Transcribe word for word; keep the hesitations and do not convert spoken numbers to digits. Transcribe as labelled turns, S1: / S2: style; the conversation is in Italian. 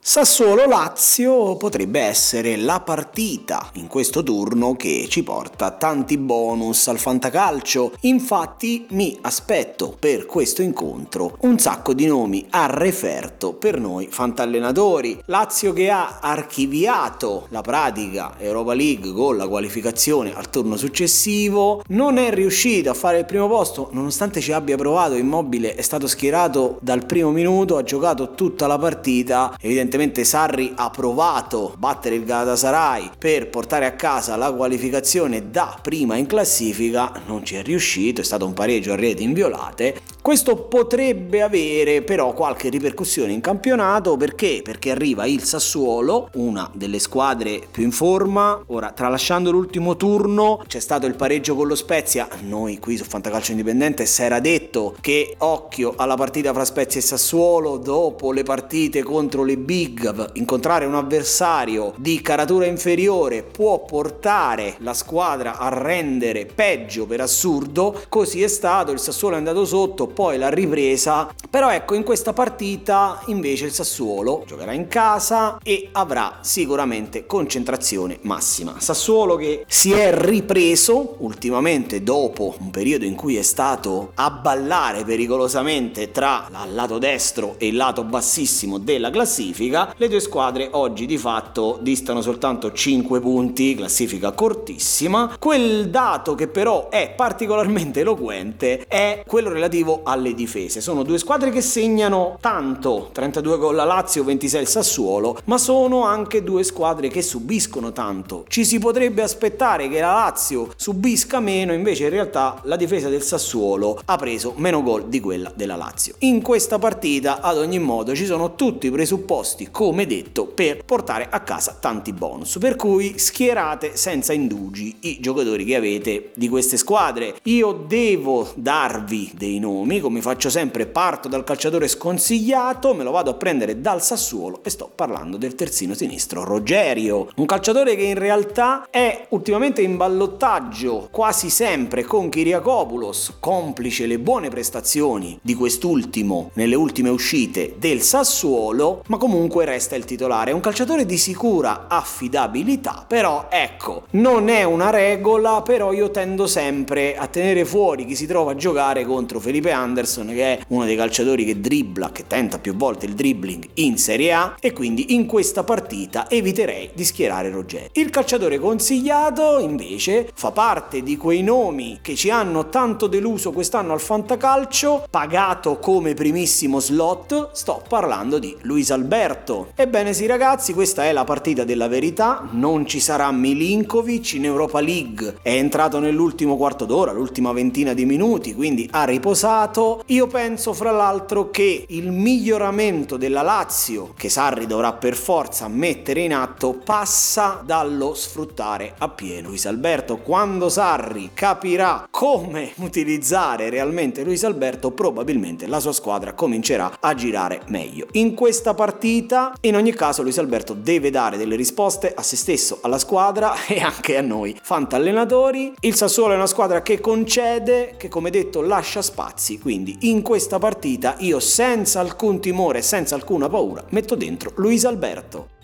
S1: Sassuolo-Lazio potrebbe essere la partita in questo turno che ci porta tanti bonus al fantacalcio. Infatti mi aspetto per questo incontro un sacco di nomi a referto per noi fantallenatori. Lazio che ha archiviato la pratica Europa League con la qualificazione al turno successivo, non è riuscito a fare il primo posto nonostante ci abbia provato. Immobile è stato schierato dal primo minuto, ha giocato tutta la partita. Evidentemente Sarri ha provato a battere il Galatasaray per portare a casa la qualificazione da prima in classifica, non ci è riuscito, è stato un pareggio a reti inviolate. Questo potrebbe avere però qualche ripercussione in campionato. Perché? Perché arriva il Sassuolo, una delle squadre più in forma. Ora, tralasciando l'ultimo turno, c'è stato il pareggio con lo Spezia. Noi qui su Fantacalcio Indipendente si era detto che occhio alla partita fra Spezia e Sassuolo, dopo le partite contro le big, incontrare un avversario di caratura inferiore può portare la squadra a rendere peggio per assurdo. Così è stato, il Sassuolo è andato sotto, poi l'ha ripresa. Però ecco, in questa partita invece il Sassuolo giocherà in casa e avrà sicuramente concentrazione massima. Sassuolo che si è ripreso ultimamente dopo un periodo in cui è stato a ballare pericolosamente tra il lato destro e il lato bassissimo della classifica. Le due squadre oggi di fatto distano soltanto cinque punti, classifica cortissima. Quel dato che però è particolarmente eloquente è quello relativo alle difese. Sono due squadre che segnano tanto, trentadue gol la Lazio, ventisei il Sassuolo, ma sono anche due squadre che subiscono tanto. Ci si potrebbe aspettare che la Lazio subisca meno, invece in realtà la difesa del Sassuolo ha preso meno gol di quella della Lazio. In questa partita ad ogni modo ci sono tutti i presupposti, come detto, per portare a casa tanti bonus, per cui schierate senza indugi i giocatori che avete di queste squadre. Io devo darvi dei nomi, come faccio sempre, parto dal calciatore sconsigliato, me lo vado a prendere dal Sassuolo e sto parlando del terzino sinistro Rogerio, un calciatore che in realtà è ultimamente in ballottaggio quasi sempre con Kyriakopoulos, complice le buone prestazioni di quest'ultimo nelle ultime uscite del Sassuolo, ma comunque resta il titolare. È un calciatore di sicura affidabilità, però ecco, non è una regola, però io tendo sempre a tenere fuori chi si trova a giocare contro Felipe Anderson, che è uno dei calciatori che dribbla, che tenta più volte il dribbling in Serie A, e quindi in questa partita eviterei di schierare Rogerio. Il calciatore consigliato invece fa parte di quei nomi che ci hanno tanto deluso quest'anno al fantacalcio, pagato come primissimo slot. Sto parlando di Luis Alberto. Ebbene sì ragazzi, questa è la partita della verità. Non ci sarà Milinkovic in Europa League, è entrato nell'ultimo quarto d'ora, l'ultima ventina di minuti, quindi ha riposato. Io penso fra l'altro che il miglioramento della Lazio, che Sarri dovrà per forza mettere in atto, passa dallo sfruttare appieno Luis Alberto. Quando Sarri capirà come utilizzare realmente Luis Alberto, probabilmente la sua squadra comincerà a girare meglio. In questa partita, in ogni caso, Luis Alberto deve dare delle risposte a se stesso, alla squadra e anche a noi fantallenatori. Il Sassuolo è una squadra che concede, che come detto lascia spazi, quindi in questa partita io senza alcun timore, senza alcuna paura metto dentro Luis Alberto.